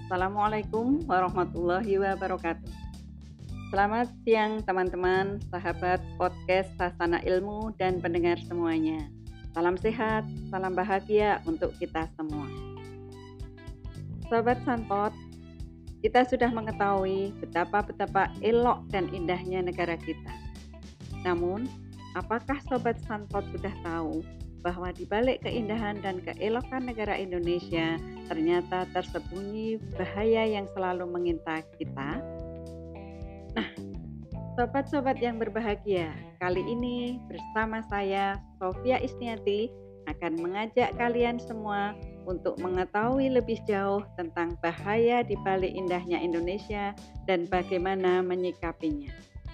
Assalamualaikum warahmatullahi wabarakatuh. Selamat siang teman-teman, sahabat podcast Sasana Ilmu dan pendengar semuanya. Salam sehat, salam bahagia untuk kita semua. Sobat Sanpot, kita sudah mengetahui betapa elok dan indahnya negara kita. Namun, apakah Sobat Sanpot sudah tahu bahwa di balik keindahan dan keelokan negara Indonesia ternyata tersembunyi bahaya yang selalu mengintai kita? Nah, sobat-sobat yang berbahagia, kali ini bersama saya, Sofia Isniati, akan mengajak kalian semua untuk mengetahui lebih jauh tentang bahaya di balik indahnya Indonesia dan bagaimana menyikapinya.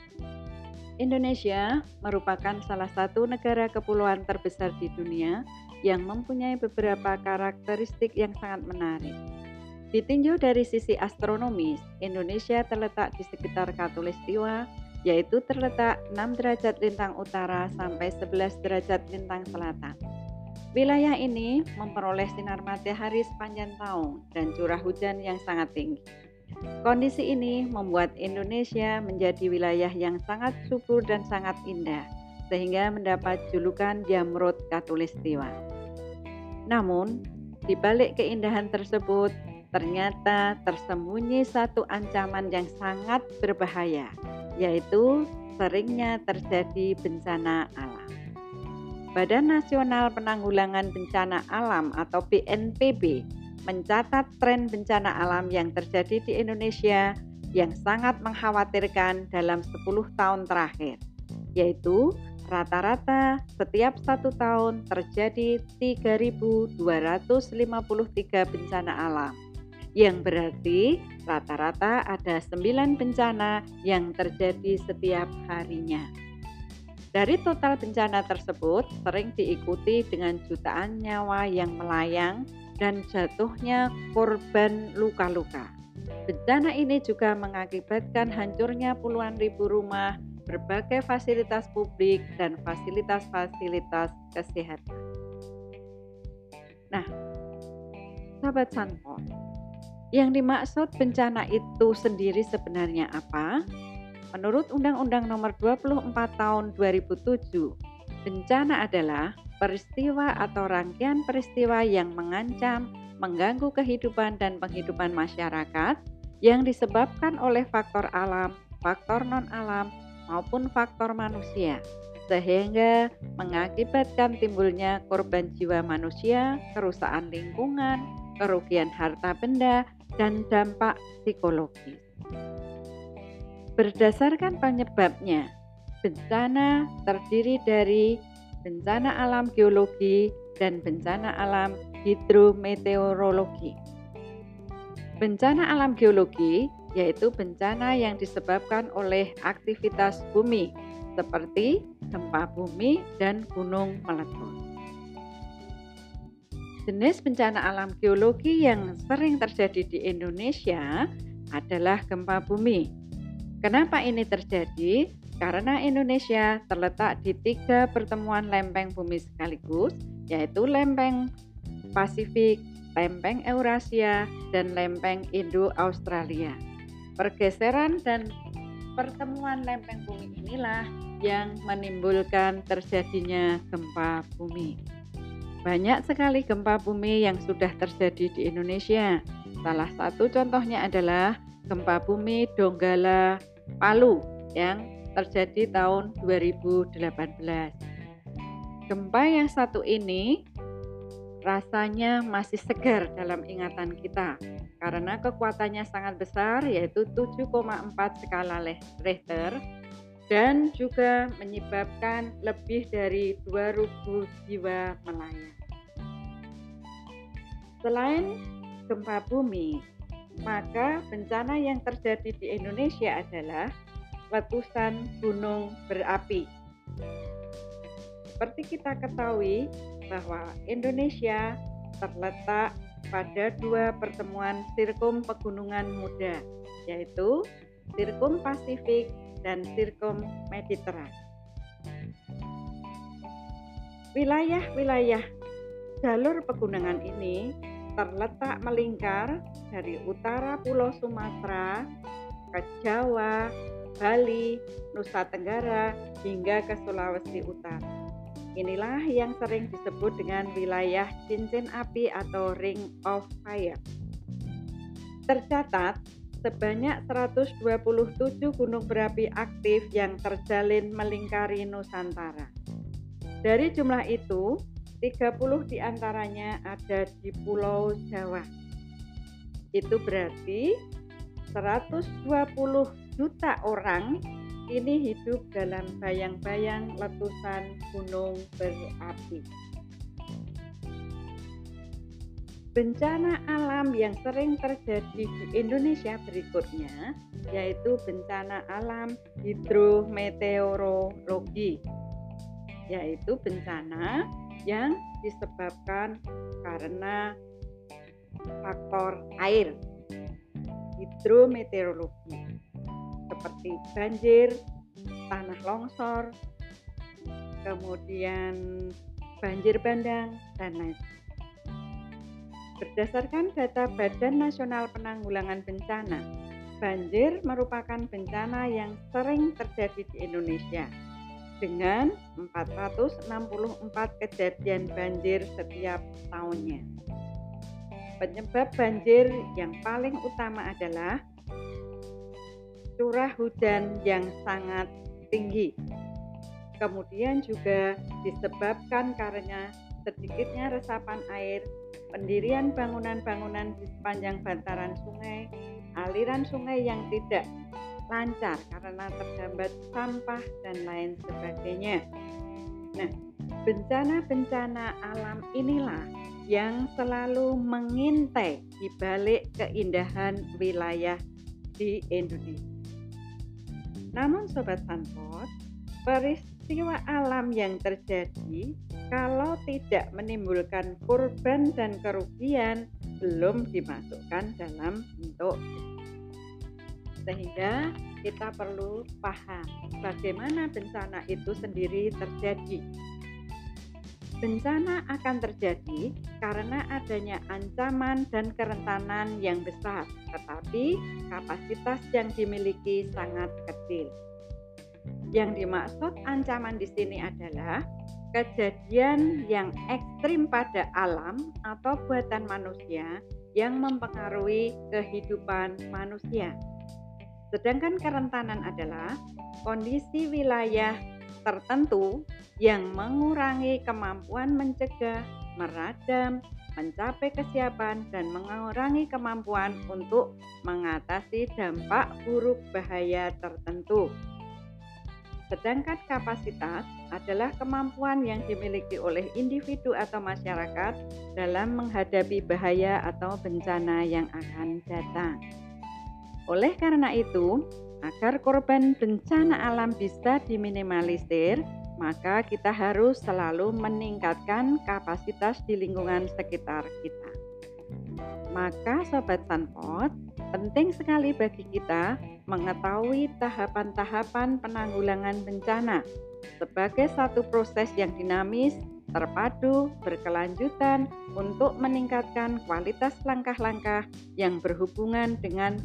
Indonesia merupakan salah satu negara kepulauan terbesar di dunia yang mempunyai beberapa karakteristik yang sangat menarik. Ditinjau dari sisi astronomis, Indonesia terletak di sekitar Khatulistiwa, yaitu terletak 6 derajat lintang utara sampai 11 derajat lintang selatan. Wilayah ini memperoleh sinar matahari sepanjang tahun dan curah hujan yang sangat tinggi. Kondisi ini membuat Indonesia menjadi wilayah yang sangat subur dan sangat indah, sehingga mendapat julukan Jamrud Khatulistiwa. Namun, di balik keindahan tersebut, ternyata tersembunyi satu ancaman yang sangat berbahaya, yaitu seringnya terjadi bencana alam. Badan Nasional Penanggulangan Bencana Alam atau BNPB mencatat tren bencana alam yang terjadi di Indonesia yang sangat mengkhawatirkan dalam 10 tahun terakhir, yaitu rata-rata setiap 1 tahun terjadi 3.253 bencana alam, yang berarti rata-rata ada 9 bencana yang terjadi setiap harinya. Dari total bencana tersebut sering diikuti dengan jutaan nyawa yang melayang dan jatuhnya korban luka-luka. Bencana ini juga mengakibatkan hancurnya puluhan ribu rumah, berbagai fasilitas publik, dan fasilitas-fasilitas kesehatan. Nah, sahabat Sanpot, yang dimaksud bencana itu sendiri sebenarnya apa? Menurut Undang-Undang Nomor 24 Tahun 2007, bencana adalah peristiwa atau rangkaian peristiwa yang mengancam, mengganggu kehidupan dan penghidupan masyarakat yang disebabkan oleh faktor alam, faktor non-alam, maupun faktor manusia, sehingga mengakibatkan timbulnya korban jiwa manusia, kerusakan lingkungan, kerugian harta benda, dan dampak psikologis. Berdasarkan penyebabnya, bencana terdiri dari bencana alam geologi dan bencana alam hidrometeorologi. Bencana alam geologi yaitu bencana yang disebabkan oleh aktivitas bumi seperti gempa bumi dan gunung meletus. Jenis bencana alam geologi yang sering terjadi di Indonesia adalah gempa bumi. Kenapa ini terjadi? Karena Indonesia terletak di 3 pertemuan lempeng bumi sekaligus, yaitu lempeng Pasifik, lempeng Eurasia, dan lempeng Indo-Australia. Pergeseran dan pertemuan lempeng bumi inilah yang menimbulkan terjadinya gempa bumi. Banyak sekali gempa bumi yang sudah terjadi di Indonesia. Salah satu contohnya adalah gempa bumi Donggala, Palu yang terjadi tahun 2018. Gempa yang satu ini rasanya masih segar dalam ingatan kita karena kekuatannya sangat besar, yaitu 7,4 skala Richter, dan juga menyebabkan lebih dari 2.000 jiwa melayang. Selain gempa bumi, maka bencana yang terjadi di Indonesia adalah letusan gunung berapi. Seperti kita ketahui bahwa Indonesia terletak pada 2 pertemuan sirkum pegunungan muda, yaitu sirkum Pasifik dan sirkum Mediteran. Wilayah-wilayah jalur pegunungan ini terletak melingkar dari utara Pulau Sumatera ke Jawa, Bali, Nusa Tenggara, hingga ke Sulawesi Utara. Inilah yang sering disebut dengan wilayah cincin api atau Ring of Fire. Tercatat sebanyak 127 gunung berapi aktif yang terjalin melingkari Nusantara. Dari jumlah itu, 30 diantaranya ada di Pulau Jawa. Itu berarti 120 juta orang ini hidup dalam bayang-bayang letusan gunung berapi. Bencana alam yang sering terjadi di Indonesia berikutnya yaitu bencana alam hidrometeorologi, yaitu bencana yang disebabkan karena faktor air. Hidrometeorologi seperti banjir, tanah longsor, kemudian banjir bandang, dan lain sebagainya. Berdasarkan data Badan Nasional Penanggulangan Bencana, banjir merupakan bencana yang sering terjadi di Indonesia dengan 464 kejadian banjir setiap tahunnya. Penyebab banjir yang paling utama adalah curah hujan yang sangat tinggi. Kemudian juga disebabkan karena sedikitnya resapan air, pendirian bangunan-bangunan di sepanjang bantaran sungai, aliran sungai yang tidak lancar karena terhambat sampah dan lain sebagainya. Nah, bencana-bencana alam inilah yang selalu mengintai di balik keindahan wilayah di Indonesia. Namun Sobat Sanpot, peristiwa alam yang terjadi kalau tidak menimbulkan korban dan kerugian belum dimasukkan dalam bentuk. Sehingga kita perlu paham bagaimana bencana itu sendiri terjadi. Bencana akan terjadi karena adanya ancaman dan kerentanan yang besar, tetapi kapasitas yang dimiliki sangat kecil. Yang dimaksud ancaman di sini adalah kejadian yang ekstrim pada alam atau buatan manusia yang mempengaruhi kehidupan manusia. Sedangkan kerentanan adalah kondisi wilayah tertentu yang mengurangi kemampuan mencegah, meredam, mencapai kesiapan, dan mengurangi kemampuan untuk mengatasi dampak buruk bahaya tertentu. Sedangkan kapasitas adalah kemampuan yang dimiliki oleh individu atau masyarakat dalam menghadapi bahaya atau bencana yang akan datang. Oleh karena itu, agar korban bencana alam bisa diminimalisir, maka kita harus selalu meningkatkan kapasitas di lingkungan sekitar kita. Maka Sobat Sanpot, penting sekali bagi kita mengetahui tahapan-tahapan penanggulangan bencana sebagai satu proses yang dinamis, terpadu, berkelanjutan untuk meningkatkan kualitas langkah-langkah yang berhubungan dengan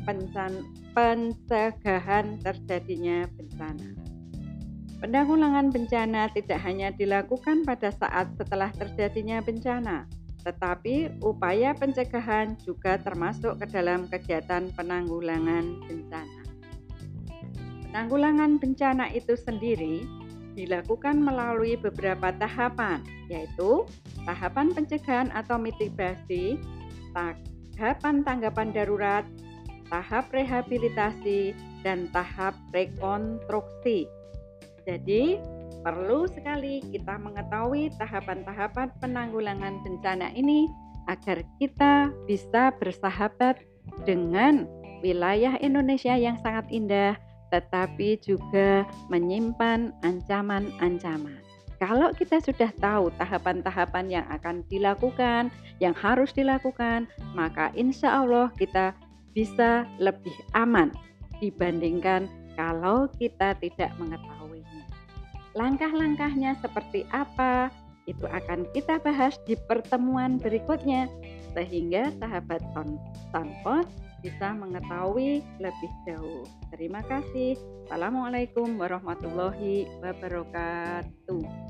pencegahan terjadinya bencana. Penanggulangan bencana tidak hanya dilakukan pada saat setelah terjadinya bencana, tetapi upaya pencegahan juga termasuk ke dalam kegiatan penanggulangan bencana. Penanggulangan bencana itu sendiri dilakukan melalui beberapa tahapan, yaitu tahapan pencegahan atau mitigasi, tahapan tanggapan darurat, tahap rehabilitasi, dan tahap rekonstruksi. Jadi, perlu sekali kita mengetahui tahapan-tahapan penanggulangan bencana ini agar kita bisa bersahabat dengan wilayah Indonesia yang sangat indah, tetapi juga menyimpan ancaman-ancaman. Kalau kita sudah tahu tahapan-tahapan yang akan dilakukan, yang harus dilakukan, maka insya Allah kita bisa lebih aman dibandingkan kalau kita tidak mengetahuinya. Langkah-langkahnya seperti apa? itu akan kita bahas di pertemuan berikutnya, sehingga sahabat Sonpos bisa mengetahui lebih jauh. Terima kasih. Assalamualaikum warahmatullahi wabarakatuh.